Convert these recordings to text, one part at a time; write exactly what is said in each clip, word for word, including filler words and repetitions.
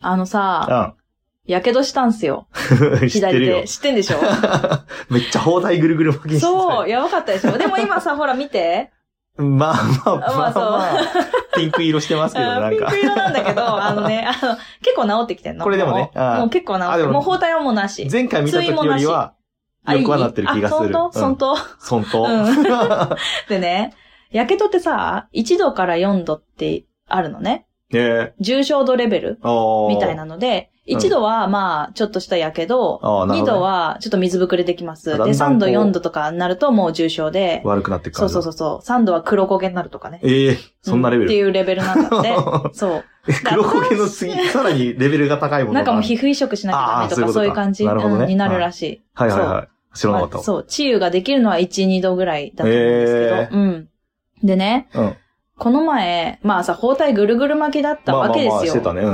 あのさ、うん。やけどしたんすよ。 知ってるよ。 知ってんでしょめっちゃ包帯ぐるぐる巻きにしてた。 そう、やばかったでしょ。でも今さ、ほら見て。 まあまあ、まあまあ、まあ、ピンク色してますけど、なんか。 ピンク色なんだけど、あのね、あの、結構治ってきてんの。 これでもね。 もうもう結構治って、もう包帯はもうなし。 前回見た時よりは、よくはなってる気がする。 あ、損当損当。 うん。でね、やけどってさ、いちどからよんどってあるのね。 えー、 重症度レベルみたいなので、いちどはまあ、ちょっとしたやけど、にどはちょっと水ぶくれできます。で、さんど、よんどとかになるともう重症で。 悪くなってくる。 そうそうそう。さんどは黒焦げになるとかね。 ええー、そんなレベル、 うん、っていうレベルなんだって。そう。 黒焦げの次、さらにレベルが高いものなんかもう皮膚移植しなきゃダメとか、そういう感じ、 なるほどね、 うん、になるらしい。 はいはいはい。知らなかった、 まあ。そう。治癒ができるのはいち、にどぐらいだと思うんですけど。えー、うん。でね。うん。この前、まあさ、包帯ぐるぐる巻きだったわけですよ。まあまあまあしてたね。うん。 うん。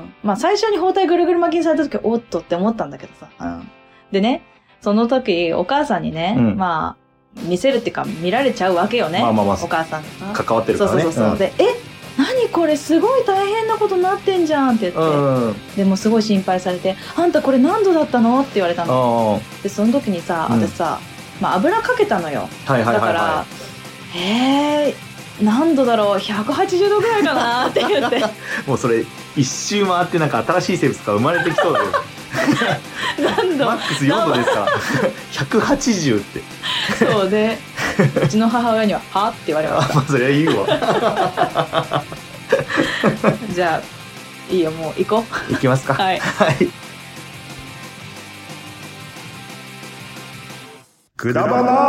まあ最初に包帯ぐるぐる巻きにされた時、おっとって思ったんだけどさ。うん。でね、その時、お母さんにね、うん、まあ、見せるっていうか、見られちゃうわけよね。 まあまあまあ。 お母さんが。関わってるからね。 そうそうそう。うん、で、え、何これすごい大変なことになってんじゃんって言って。うん、でもすごい心配されて、あんたこれ何度だったのって言われたの。で、その時にさ、私さ、うん、まあ油かけたのよ。 はいはいはい、はい。だから、えー、何度だろうひゃくはちじゅうどぐらいかなって言ってもうそれ一周回ってなんか新しい生物が生まれてきそうだよ何度マックスよんどですからひゃくはちじゅうってそうでうちの母親にははって言われました。 あ、まあ、それは言うわじゃあいいよ、もう行こう行きますか。 はい、はい、 くだばな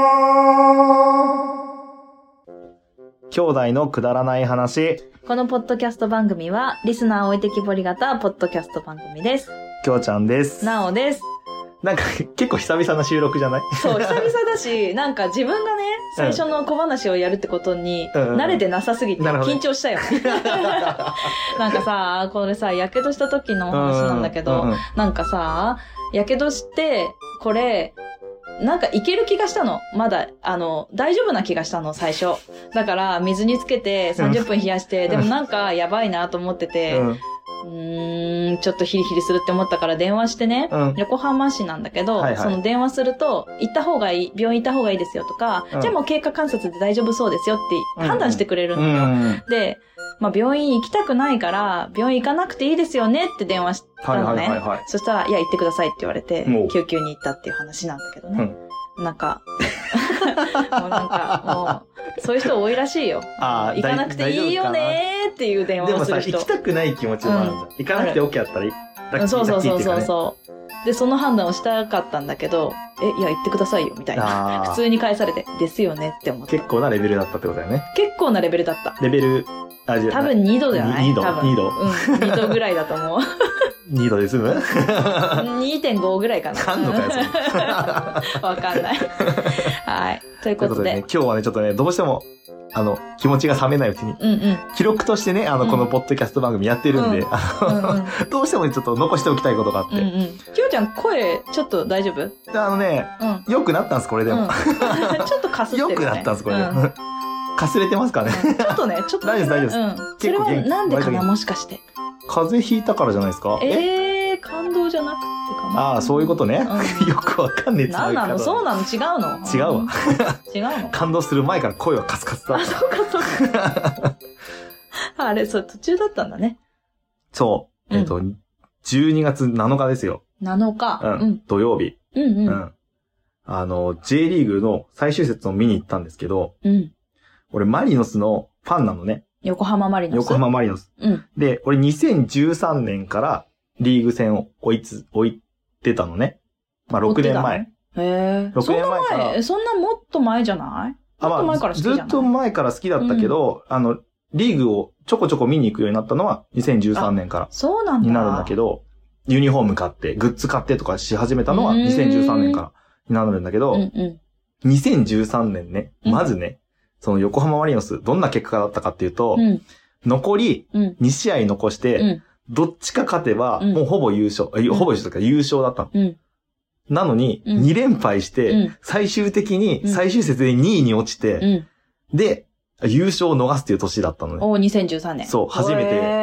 兄弟のくだらない話。 このポッドキャスト番組はリスナー置いてきぼり型ポッドキャスト番組です。 きょうちゃんです。 なおです。 なんか結構久々な収録じゃない？ そう、久々だし、なんか自分がね、最初の小話をやるってことに慣れてなさすぎて緊張したよ。なんかさ、これさ、やけどした時の話なんだけど、うんうん、なんかさ、やけどして、これ、なんかいける気がしたの。まだ、あの、大丈夫な気がしたの、最初。だから、水につけてさんじゅっぷん冷やして、うん、でもなんかやばいなと思ってて、うん、うーん、ちょっとヒリヒリするって思ったから電話してね、うん、横浜市なんだけど、はいはい、その電話すると、行った方がいい、病院行った方がいいですよとか、うん、じゃあもう経過観察で大丈夫そうですよって判断してくれるのよ。うん、で、まあ、病院行きたくないから、病院行かなくていいですよねって電話したのね。はいはいはいはい、そしたら、いや、行ってくださいって言われて、救急に行ったっていう話なんだけどね。うん、なんか、もうなんか、もう、そういう人多いらしいよ。あ、行かなくていいよねーっていう電話をする人。 でもさ、行きたくない気持ちもあるじゃん。うん、行かなくて OK やったらいい。 そうそうそうそうそう。で、その判断をしたかったんだけど、え、いや、言ってくださいよ、みたいな。普通に返されて、ですよねって思って。 結構なレベルだったってことだよね。 結構なレベルだった。 レベル、 あ、じゃあ。多分にどじゃない？ に 度。 多分にど。 うん。にどぐらいだと思う。 にどで済むにてんご ぐらいかな。 かんのかよ、それ。 わかんない。はい。ということで。ということでね、 今日はね、ちょっとね、どうしても、あの、気持ちが冷めないうちに、うんうん、記録としてね、あの、うん、このポッドキャスト番組やってるんで、うんあのうんうん、どうしてもちょっと残しておきたいことがあって。うんうん、 きょうちゃん、声、ちょっと大丈夫？ あのね、うん、良くなったんです、これでも。うん、 ちょっとかすってる、ね。 良くなったんです、これでも。うんかすれてますかね、 うん、ちょっとね、ちょっと、ね。 大丈夫です、大丈夫です。 うん。それはなんでかな、もしかして。 風邪ひいたからじゃないですか？ ええー、感動じゃなくてかな。 ああ、そういうことね。うん、よくわかんねえつななんなの？そうなの？違うの？ 違うわ。 違うの？ 感動する前から声はカスカスだった。 あ、そうか、そうか。あれ、そう、途中だったんだね。 そう。えっと、うん、じゅうにがつなのかですよ。 なのか。 うん。うん、土曜日。 うんうん。うん。 あの、J リーグの最終節を見に行ったんですけど、 うん。 俺、マリノスのファンなのね。 横浜マリノス。 横浜マリノス。 うん。 で、俺にせんじゅうさんねんからリーグ戦を追いつ、追いてたのね。まあ、ろくねんまえ。 へえ。ろくねんまえから。そんなもっと前じゃないもっと前から好きじゃない？ ずっと前から好きだったけど、うん、あの、リーグをちょこちょこ見に行くようになったのはにせんじゅうさんねんから。 そうなんだ。 になるんだけど、ユニフォーム買って、グッズ買ってとかし始めたのはにせんじゅうさんねんからになるんだけど、 うんうん、 にせんじゅうさんねんね、まずね、うんその横浜マリノス、どんな結果だったかっていうと、うん、残りにしあい残して、うん、どっちか勝てば、もうほぼ優勝、うん、ほぼ優勝とか優勝だったの。うん、なのに、にれんぱいして、うん、最終的に最終節でにいに落ちて、うん、で、優勝を逃すっていう年だったのね。 お、にせんじゅうさんねん。 そう、初めて、あの、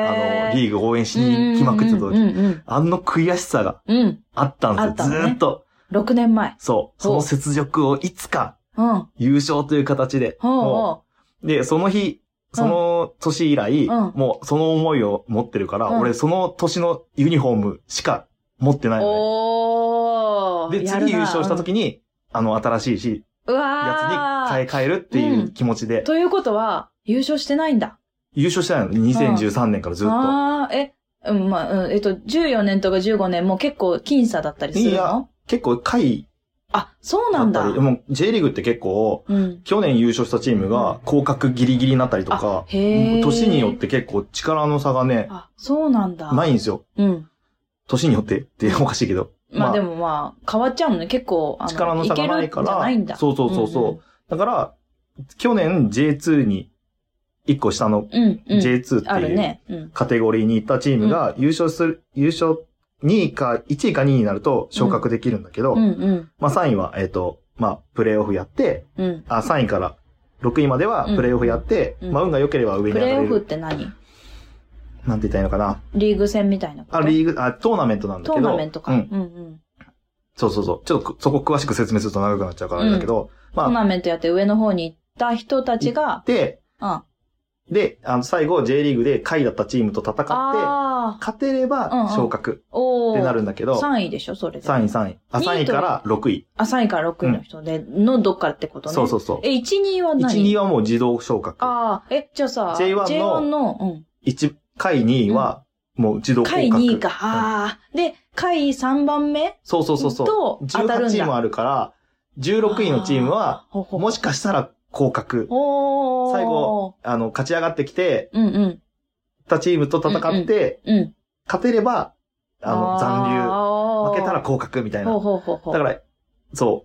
リーグ応援しに来まくってた時、あの悔しさがあったんですよ、うんね、ずーっと。 ろくねんまえ。 そう。その雪辱をいつか、優勝という形で、もうで、その日、その年以来、うん、もうその思いを持ってるから、うん、俺その年のユニフォームしか持ってないのね。おー。で、次優勝した時に、うん、あの新しいし、うわやつに買い替えるっていう気持ちで、うん。 ということは、優勝してないんだ。 優勝してないの ?にせんじゅうさんねんからずっと。 ああ、え、うん、まあ、うん、えっと、じゅうよねんとかじゅうごねんも結構僅差だったりするの？いや、 結構下位。 あ、そうなんだ。 もう J リーグって結構、うん、去年優勝したチームが降格ギリギリになったりとか、うん、へ年によって結構力の差がね、 あ、そうなんだ。 ないんですよ。うん。年によってっておかしいけど。 まあ、まあ、でもまあ、変わっちゃうのね。結構、あの、 力の差がないから。 いけるんじゃないんだ。 そうそうそうそう。うんうん、だから、去年 ジェイツー に、一個下の ジェイツー っていうカテゴリーに行ったチームが優勝する、優勝にいか、いちいかにいになると昇格できるんだけど、うんうんうん、まあさんいは、えっと、まあ、プレイオフやって、うん、あ、さんいからろくいまではプレイオフやって、うんうん、まあ運が良ければ上に上がれる。 プレイオフって何？ なんて言ったらいいのかな。 リーグ戦みたいなこと？ あ、リーグ、あ、トーナメントなんだけど。 トーナメントか。うん。うんうん。 そうそうそう。ちょっとそこ詳しく説明すると長くなっちゃうからあれだけど、うん、 まあ。トーナメントやって上の方に行った人たちが。 で、うん。で、あの、最後 J リーグで下位だったチームと戦って、勝てれば昇格ってなるんだけど、うんうん、 さんいでしょそれで。 さんい、さんい。あ、さんいからろくい。 あ、さんいからろくいの人で、うん、のどっかってことね。 そうそうそう。 え、いち、には何？ いち、にはもう自動昇格。 ああ、え、じゃあさ、 ジェイワン の、ジェイワン の、うん。いち、下位にいは、もう自動降格。 下位にいか。ああ、うん。で、下位さんばんめそうそうそうそう。 とじゅうはちチームあるから、じゅうろくいのチームは、もしかしたら降格。おー。最後、あの、勝ち上がってきて、うんうん。たチームと戦って、うんうん、勝てれば、あの、残留。負けたら降格みたいな。ほうほうほうほう。だから、そう。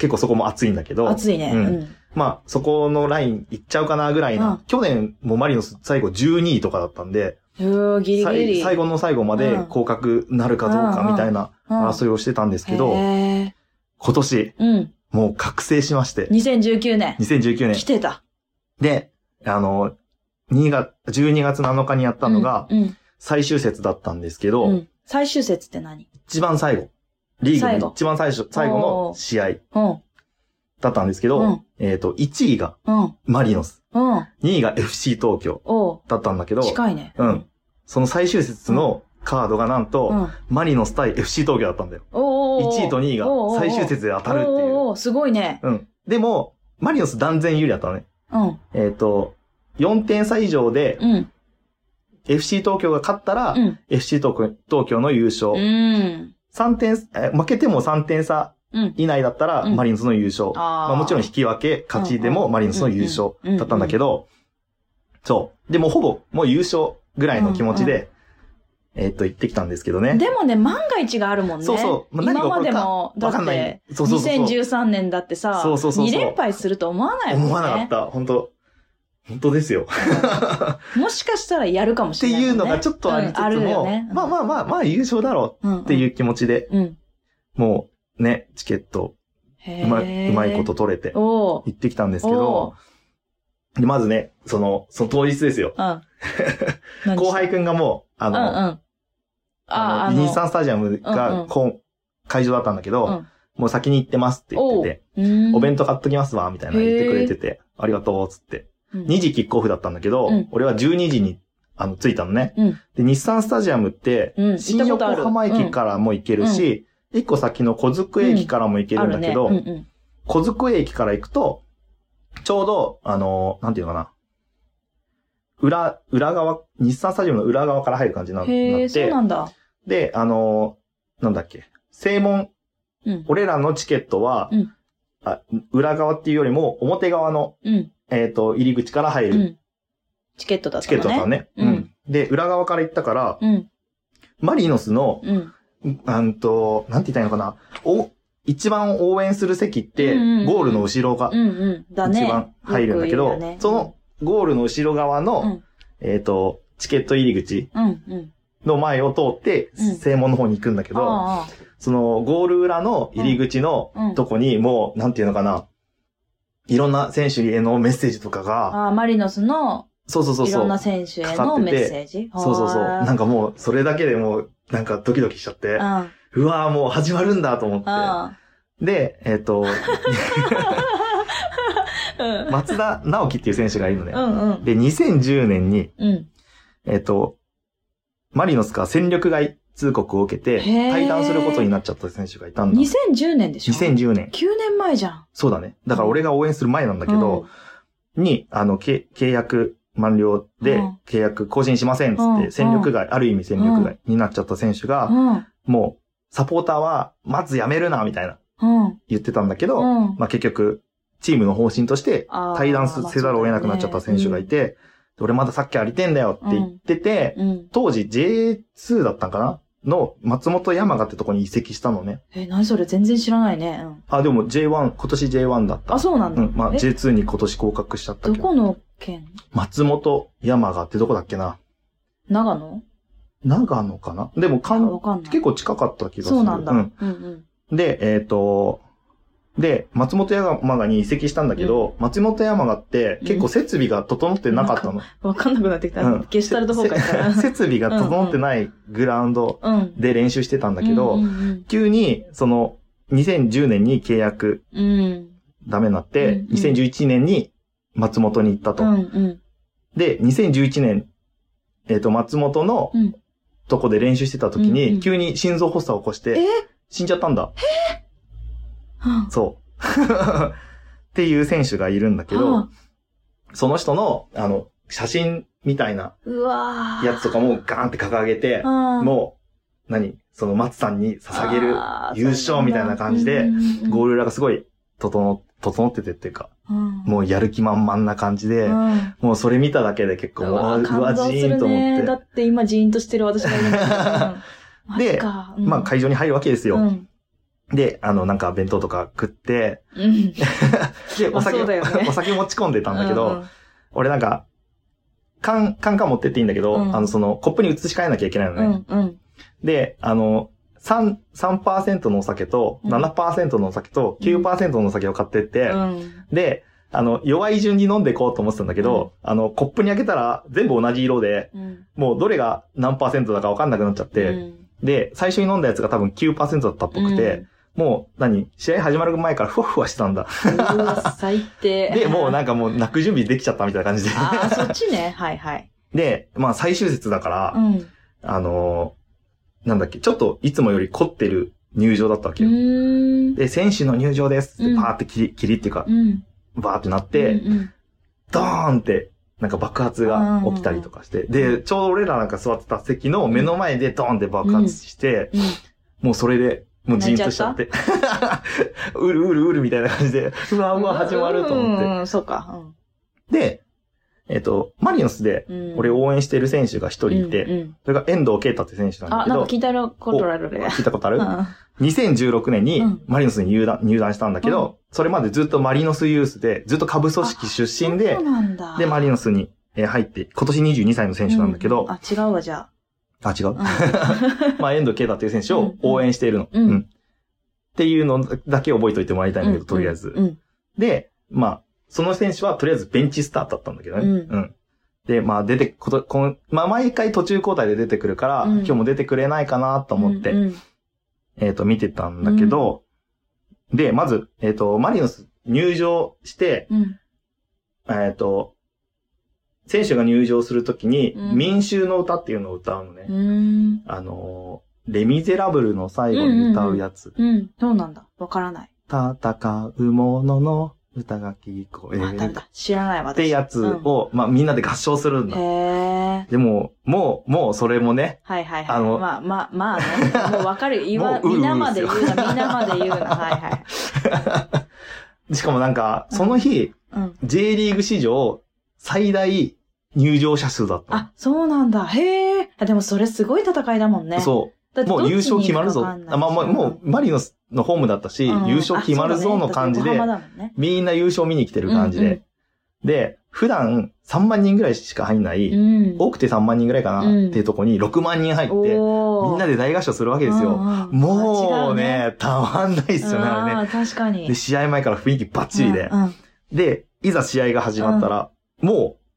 結構そこも熱いんだけど。 熱いね。 うん。うん、まあ、そこのライン行っちゃうかなぐらいな。うん、去年もマリノス最後じゅうにいとかだったんで、 ギリギリ最後の最後まで降格なるかどうかみたいな争いをしてたんですけど、今年、うん、もう覚醒しまして。 にせんじゅうきゅうねん。 にせんじゅうきゅうねん。 来てた。 で、あの、にがつ、じゅうにがつなのかにやったのが、最終節だったんですけど、うんうん、 最終節って何？ 一番最後。リーグの一番最初、最後の試合。だったんですけど、うん、えっと、いちいがマリノス、うん、にいが エフシー 東京だったんだけど、 近いね。 うん。その最終節のカードがなんと、うん、マリノス対 エフシー 東京だったんだよ。いちいとにいが最終節で当たるっていう。おーすごいね。 うん。でも、マリノス断然有利だったのね。うん。えっと、よんてん差以上で、うん、エフシー 東京が勝ったら、うん、エフシー 東, 東京の優勝。うん。さんてん、え負けてもさんてん差以内だったら、マリノスの優勝。うん、まあもちろん引き分け、勝ちでもマリノスの優勝だったんだけど、そう。でもほぼもう優勝ぐらいの気持ちで、うんうん、えー、っと言ってきたんですけどね。 でもね、万が一があるもんね。 そうそう。 まあ、今までも、だって、にせんじゅうさんねんだってさ、そうそうそうそうに連敗すると思わないもんね。 思わなかった。本当本当ですよ。 もしかしたらやるかもしれない、ね。 っていうのがちょっとありつつも、うん、あるよねうん、まあまあまあまあ優勝だろうっていう気持ちで、うんうん、もうね、チケット、うまい、うまいこと取れて、行ってきたんですけど、でまずね、その、その当日ですよ。うん、後輩くんがもう、あの、うんうん、あの、日産スタジアムが、うんうん、会場だったんだけど、うん、もう先に行ってますって言ってて、お弁当買っときますわ、みたいな言ってくれてて、ありがとう、つって。うん、にじキックオフだったんだけど、うん、俺はじゅうにじに、あの、着いたのね。うん、で、日産スタジアムって、うん、新横浜駅からも行けるし、うん、一個先の小机駅からも行けるんだけど、うんねうんうん、小机駅から行くと、ちょうど、あの、なんていうのかな。裏、裏側、日産スタジアムの裏側から入る感じになって。 へー、そうなんだ。 で、あの、なんだっけ。正門、うん、俺らのチケットは、うん、あ、裏側っていうよりも表側の、うんえっと、入り口から入る、うん。 チケットだったのね。 チケットだったのね。うん。で、裏側から行ったから、うん、マリノスの、うん、なんと、なんて言ったらいいのかな。お、一番応援する席って、うんうん、ゴールの後ろが、うんうん、一番入るんだけど、ね、そのゴールの後ろ側の、うん、えっと、チケット入り口の前を通って、うん、正門の方に行くんだけど、うん、そのゴール裏の入り口のとこに、もう、なんていうのかな。いろんな選手へのメッセージとかが。 ああ、マリノスのそうそうそうそう。 いろんな選手へのメッセージ。 そうそうそう。なんかもう、それだけでもう、なんかドキドキしちゃって、うん、うわーもう始まるんだと思って。うん、で、えっ、ー、と、うん、松田直樹っていう選手がいるのね。うんうん、で、にせんじゅうねんに、うん、えっ、ー、と、マリノスから戦力外通告を受けて、退団することになっちゃった選手がいたんだ。 にせんじゅうねんでしょ ?にせんじゅう年。 きゅうねんまえじゃん。 そうだね。だから俺が応援する前なんだけど、うん、に、あの、契約満了で、契約更新しませんっつって、戦力外、ある意味戦力外になっちゃった選手が、もう、サポーターは、まずやめるな、みたいな、言ってたんだけど、まあ結局、チームの方針として退団せざるを得なくなっちゃった選手がいて、俺まださっきありてんだよって言ってて、当時 ジェイツー だったんかなの松本山雅ってとこに移籍したのね。 え、何それ全然知らないね。うん、 あ、でも ジェイワン、今年 ジェイワン だった。 あ、そうなんだ。 うん、まあ ジェイツー に今年降格しちゃったけど。 どこの県？ 松本山雅ってどこだっけな。 長野？ 長野かなでもかん、かん結構近かった気がする。 そうなんだ。うん。うんうん、で、えっ、ー、と、で、松本山雅に移籍したんだけど、うん、松本山雅って結構設備が整ってなかったの。 わ、うん、かんなくなってきた。うん、ゲシュタルト崩壊から。 設備が整ってないグラウンドで練習してたんだけど、うんうん、急に、その、にせんじゅうねんに契約、うん、ダメになって、うんうん、にせんじゅういちねんに松本に行ったと。うんうん、で、にせんじゅういちねん、えっ、ー、と、松本のとこで練習してた時に、うんうん、急に心臓発作を起こして、死んじゃったんだ。 えそう。っていう選手がいるんだけど、その人の、あの、写真みたいなやつとかもガーンって掲げて、もう、何その松さんに捧げる優勝みたいな感じで、ゴール裏がすごい整、整っててっていうか、もうやる気満々な感じで、もうそれ見ただけで結構、うわ、うわジーンと思って。 だって今ジーンとしてる私がいるんだけど。で、まあ会場に入るわけですよ。で、あの、なんか弁当とか食って、うん、で、お酒、ね、お酒持ち込んでたんだけど、うんうん、俺なんか、缶、缶缶持ってっていいんだけど、うん、あの、その、コップに移し替えなきゃいけないのね。うんうん、で、あの、3、さんパーセント のお酒と、ななパーセント のお酒と、きゅうパーセント のお酒を買ってって、うん、で、あの、弱い順に飲んでいこうと思ってたんだけど、うん、あの、コップに開けたら全部同じ色で、うん、もうどれが何パーセントだか分かんなくなっちゃって、うん、で、最初に飲んだやつが多分 きゅうパーセント だったっぽくて、うんもう、何試合始まる前からふわふわしてたんだ。 うわ、最低。 で、もうなんかもう泣く準備できちゃったみたいな感じで。 ああ、そっちね。はいはい。 で、まあ最終節だから、うん、あのー、なんだっけ、ちょっといつもより凝ってる入場だったわけよ。で、選手の入場ですってパーって切り、うん、切りっていうか、うん、バーってなって、うんうん、ドーンって、なんか爆発が起きたりとかして、で、ちょうど俺らなんか座ってた席の目の前でドーンって爆発して、うんうん、もうそれで、もうジーンとしちゃって。うるうるうるみたいな感じで、うわうわ始まると思って。 うん、そうか。うん、 で、えっ、ー、と、マリノスで、俺応援している選手が一人いて、うんうん、それが遠藤啓太って選手なんだけど。 あ、なんか聞いたことあるね。 聞いたことある、うん、にせんじゅうろくねんにマリノスに入団、入団したんだけど、うん、それまでずっとマリノスユースで、ずっと下部組織出身で、で、マリノスに入って、今年にじゅうにさいの選手なんだけど。 うん、あ、違うわ、じゃあ。 あ、違う、うん、まあ、遠藤啓太っていう選手を応援しているの。うんうんうん。っていうのだけ覚えておいてもらいたいんだけど、とりあえず。うん、で、まあ、その選手はとりあえずベンチスタートだったんだけどね。うん。うん、で、まあ、出て、こと、この、まあ、毎回途中交代で出てくるから、うん、今日も出てくれないかなと思って、うんうん、えっ、ー、と、見てたんだけど、うん、で、まず、えっ、ー、と、マリノス入場して、うん、えっ、ー、と、選手が入場するときに、民衆の歌っていうのを歌うのね。うん、あの、レミゼラブルの最後に歌うやつ。 うん、うんうん。そうなんだ。わからない。 戦う者の歌が聞こえる。 あ、ダメだ。知らないわ。 ってやつを、うん、まあみんなで合唱するんだ。へー。でも、もう、もうそれもね。 はいはいはい。あの、まあまあ、まあね。もうわかる。言わ、皆まで言うな、皆まで言うな。はいはい。 しかもなんか、その日、うん、J リーグ史上最大入場者数だった。 あ、そうなんだ。へー。でもそれすごい戦いだもんね。 そう。もう優勝決まるぞ。あ、まあ、もう、マリノスのホームだったし、うん、優勝決まるぞの感じで、ね、みんな優勝見に来てる感じで、うんうん、で、普段さんまんにんぐらいしか入んない、うん、多くてさんまんにんぐらいかなっていうとこにろくまんにん入って、うん、みんなで大合唱するわけですよ。うんうん、もうね、ねたまんないっすよね、あれね。 確かに。 で、試合前から雰囲気バッチリで、うんうん、で、いざ試合が始まったら、うん、もう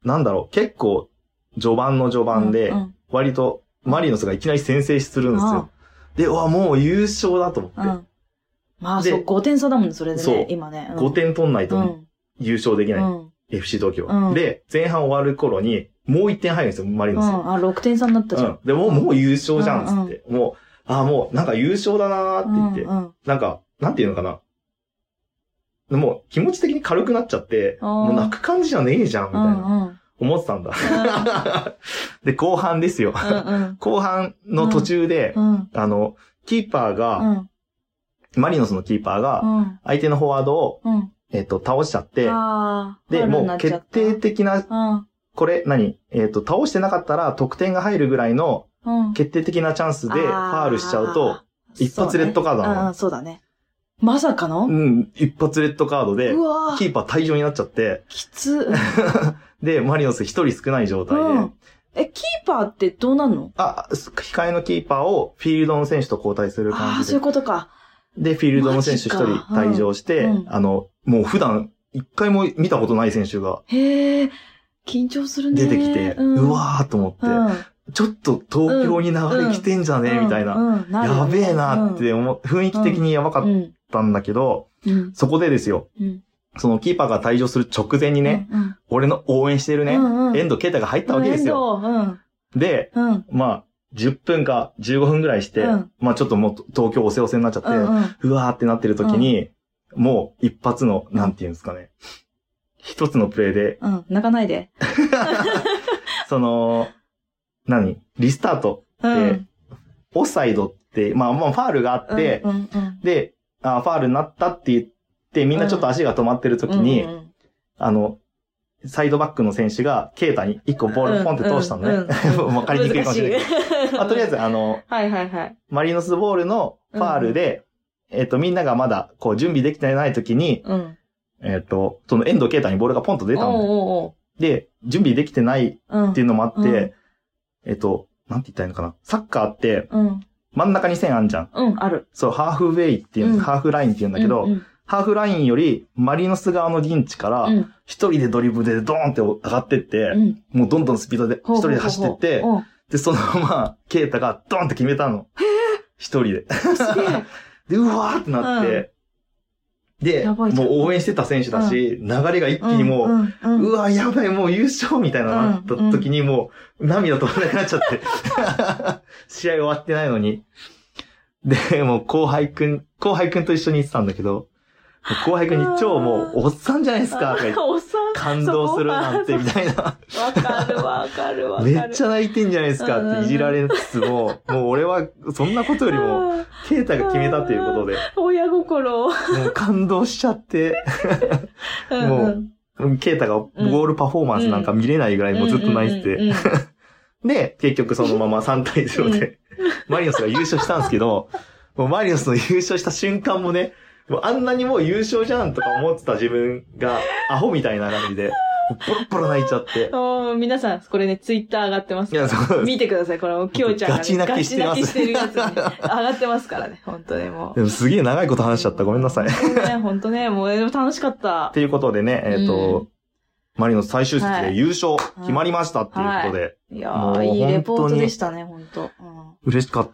なんだろう、結構、序盤の序盤で、割と、マリノスがいきなり先制するんですよ。で、うわ、もう優勝だと思って。うん、 まあ、そう、ごてん差だもんね、それでね、そう今ね。 うん、ごてん取んないと優勝できない。うん、エフシー 東京、うん。で、前半終わる頃に、もういってん入るんですよ、マリノス。うん、 あ、ろくてん差になったじゃん。うん、 でも、もう優勝じゃん、つって。うんうん、もう、あ、もう、なんか優勝だなーって言って、うんうん、なんか、なんていうのかな。もう、気持ち的に軽くなっちゃって、もう泣く感じじゃねえじゃん、みたいな。うんうん思ってたんだ。で、後半ですよ。うんうん、後半の途中で、うん、あの、キーパーが、うん、マリノスのキーパーが、相手のフォワードを、うん、えっと、倒しちゃって、で、もう決定的な、うん、これ何、えっと、倒してなかったら得点が入るぐらいの、決定的なチャンスでファールしちゃうと、一発レッドカードなの、 ね。そうだね。まさかのうん、一発レッドカードで、キーパー退場になっちゃって。 きつ。 で、マリノス一人少ない状態で、うん。 え、キーパーってどうなんの？ あ、控えのキーパーをフィールドの選手と交代する感じで。 ああ、そういうことか。 で、フィールドの選手一人退場して、うん、あの、もう普段一回も見たことない選手が。 へえ、緊張するね。 出てきて、うん、うわーと思って、うん、ちょっと東京に流れ来てんじゃねえ、うん、みたいな、うんうんなね。やべえなって思う、雰囲気的にやばかったんだけど、うん、そこでですよ。うんそのキーパーが退場する直前にね、うんうん、俺の応援してるね、うんうん、遠藤啓太が入ったわけですよ。うん、で、うん、まあ、じゅっぷんかじゅうごふんぐらいして、うん、まあちょっともう東京おせおせになっちゃって、うんうん、うわーってなってる時に、うん、もう一発の、なんていうんですかね、一つのプレーで、 うん、泣かないで。 その、何リスタートって、うん、オフサイドって、まあまあファールがあって、うんうんうん、であ、ファールになったって言って、で、みんなちょっと足が止まってる時に、うんうん、あの、サイドバックの選手が、ケイタに一個ボールポンって通したのね。わかりにくいかもしれないけど。あとりあえず、あの、 はいはいはい、 マリノスボールのファールで、うん、えっと、みんながまだ、こう、準備できてない時に、うん、えっと、その遠藤ケイタにボールがポンと出たのね。おうおうおうで、準備できてないっていうのもあって、うんうん、えっと、なんて言ったらいいのかな。サッカーって、うん、真ん中に線あんじゃん。 うん、ある。 そう、ハーフウェイっていう、うん、ハーフラインって言うんだけど、うんうんハーフラインよりマリノス側の陣地から一人でドリブルでドーンって上がってって、うん、もうどんどんスピードで一人で走ってって、ほうほうほうで、そのままケイタがドーンって決めたの。一人で。で、うわーってなって、うん、で、もう応援してた選手だし、うん、流れが一気にもう、うんうんうん、うわ、やばい、もう優勝みたいななった時にもう涙止まらなくなっちゃって、試合終わってないのに。で、もう後輩くん、後輩くんと一緒に行ってたんだけど、後輩くんに超もう、おっさんじゃないですか、とか言って。 おっさん感動するなんて、みたいな。わかるわかるわかる。 めっちゃ泣いてんじゃないですかっていじられつつも、もう俺は、そんなことよりも、ケイタが決めたということで。 親心。 もう感動しちゃって、もう、ケイタがゴールパフォーマンスなんか見れないぐらいもうずっと泣いてて。で、結局そのままさんたいゼロで、マリノスが優勝したんですけど、もうマリノスの優勝した瞬間もね、もうあんなにもう優勝じゃんとか思ってた自分がアホみたいな感じで、ポロポロ泣いちゃって。 お皆さん、これね、ツイッター上がってますから。いや、そうです。見てください。これ、きょうちゃんが、ね、 ガチ泣きしてます。 ガチ泣きしてるやつ、ね、上がってますからね、本当ね、もう。 でもすげえ長いこと話しちゃった。ごめんなさい。 本当ね、本当ね、もうでも楽しかった。 っていうことでね、えっ、ー、と、うんマリノス最終節で優勝決まりましたっていうことで。はい、 いやー、いいレポートでしたね、本当、うん、 嬉しかった。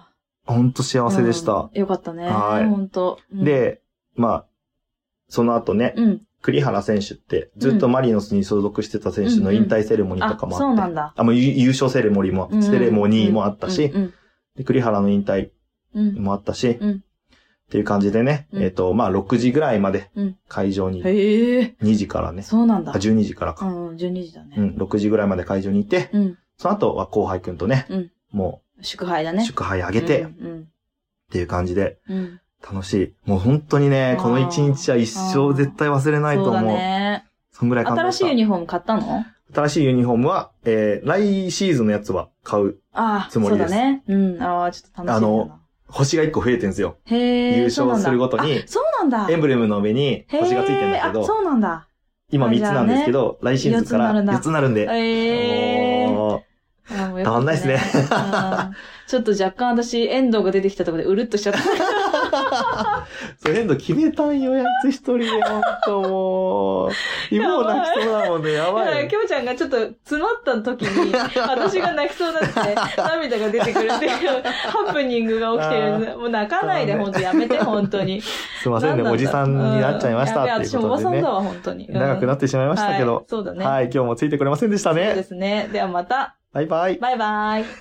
本当幸せでした。 うん、よかったね。はい。本当、 うん、で、まあ、その後ね、うん、栗原選手ってずっとマリノスに所属してた選手の引退セレモニーとかもあって。 うんうん、あ、そうなんだ。 あ、もう優勝セレモニーも、セレモニーもあったし、うんうん、で栗原の引退もあったし、うんうんっていう感じでね、うん、えっ、ー、と、まあ、ろくじぐらいまで会場に、うん、へえ。にじからね。 そうなんだ。 あ、じゅうにじからか。 うん、じゅうにじだね。 うん、ろくじぐらいまで会場にいて、うん、その後は後輩くんとね、うん、もう、祝杯だね。 祝杯あげて、うんうん、っていう感じで、うん、楽しい。もう本当にね、この一日は一生絶対忘れないと思う。そうだね。そんぐらい感動した。 新しいユニフォーム買ったの？ 新しいユニフォームは、えー、来シーズンのやつは買うつもりです。 ああ、そうだね。うん、ああ、ちょっと楽しいな。あの、 星が一個増えてんすよ。 へー。 優勝するごとに。 そうなんだ。 エンブレムの上に星がついてんだけど。 そうなんだ。 今みっつなんですけど、来シーズンからよっつになるんで。 へー。 たまんないですね。 ちょっと若干私、遠藤が出てきたところでうるっとしちゃった。 そういうの決めたんよ、やつ一人で、ほんともう。今も泣きそうだもんね、やばい。 きょうちゃんがちょっと詰まった時に、私が泣きそうになって、涙が出てくるっていうハプニングが起きてるんです。もう泣かないで、ほんとやめて、ほんとに。 すいませんね、おじさんになっちゃいましたっていうことでね。 私もおばさんだわ、ほんとに。 長くなってしまいましたけど。 そうだね。 はい、今日もついてくれませんでしたね。 そうですね。ではまた。 バイバイ。 バイバイ。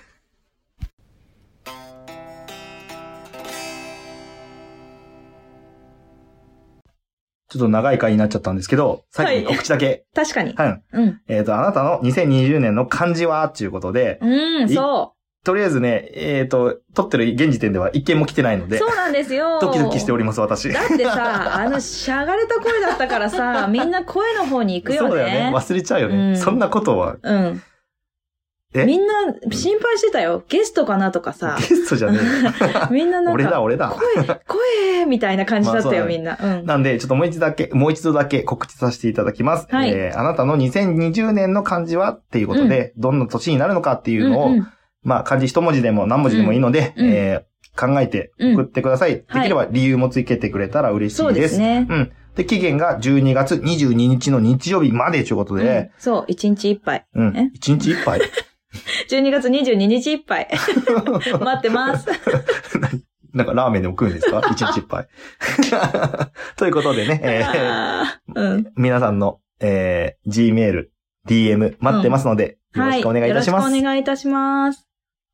ちょっと長い回になっちゃったんですけど、最後に告知だけ。はい、 確かに。 はい。うん。えっと、あなたのにせんにじゅうねんの漢字はっていうことで。 うん、そう。 とりあえずね、えっと、撮ってる現時点では一件も来てないので。 そうなんですよ。 ドキドキしております、私。 だってさ、あの、しゃがれた声だったからさ、みんな声の方に行くよね。 そうだよね。忘れちゃうよね。うん、そんなことは。 うん。みんな心配してたよ。ゲストかなとかさ。 ゲストじゃねえ。みんななんか。 俺だ、俺だ。 声、声みたいな感じだったよ、みんな。 うん。なんで、ちょっともう一度だけ、もう一度だけ告知させていただきます。はい。えー、あなたのにせんにじゅうねんの漢字はっていうことで、うん、どんな年になるのかっていうのを、うんうん、まあ、漢字一文字でも何文字でもいいので、うん、えー、考えて送ってください。うん、できれば理由もつけてくれたら嬉しいです。そうですね。うん。で、期限がじゅうにがつにじゅうににちの日曜日までということで。うん、 そう、いちにちいっぱい。 うん。いちにちいっぱい。 じゅうにがつにじゅうににちいっぱい。待ってます。 なんかラーメンでも食うんですかいちにちいっぱい。ということでね、えーうん、皆さんの、えー、G メール、ディーエム 待ってますので、うん、よろしくお願いいたします。 はい、よろしくお願いいたします。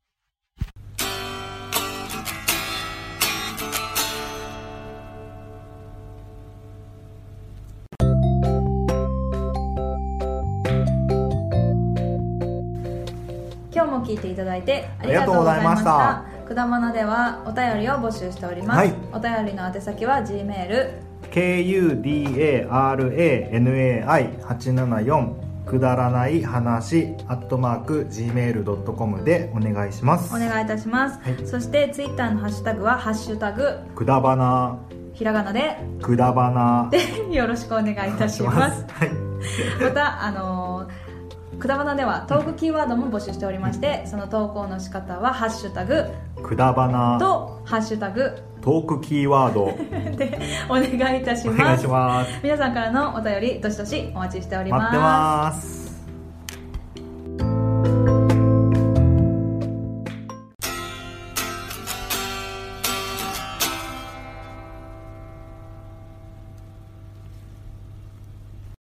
今日も聞いていただいてありがとうございました。くだまなではお便りを募集しております。はい、お便りの宛先は G メールケーユーディーエーアールエーエヌエーアイはちななよん くだらない話アットマーク ジーメールドットコム でお願いします。 お願いいたします。はい、そしてツイッターのハッシュタグはハッシュタグくだばなひらがなでくだばなでよろしくお願いいたします。はい、またあのーくだばなではトークキーワードも募集しておりまして、その投稿の仕方はハッシュタグくだばなとハッシュタグトークキーワードでお願いいたします。 お願いします。 皆さんからのお便りどしどしお待ちしております。 待ってます。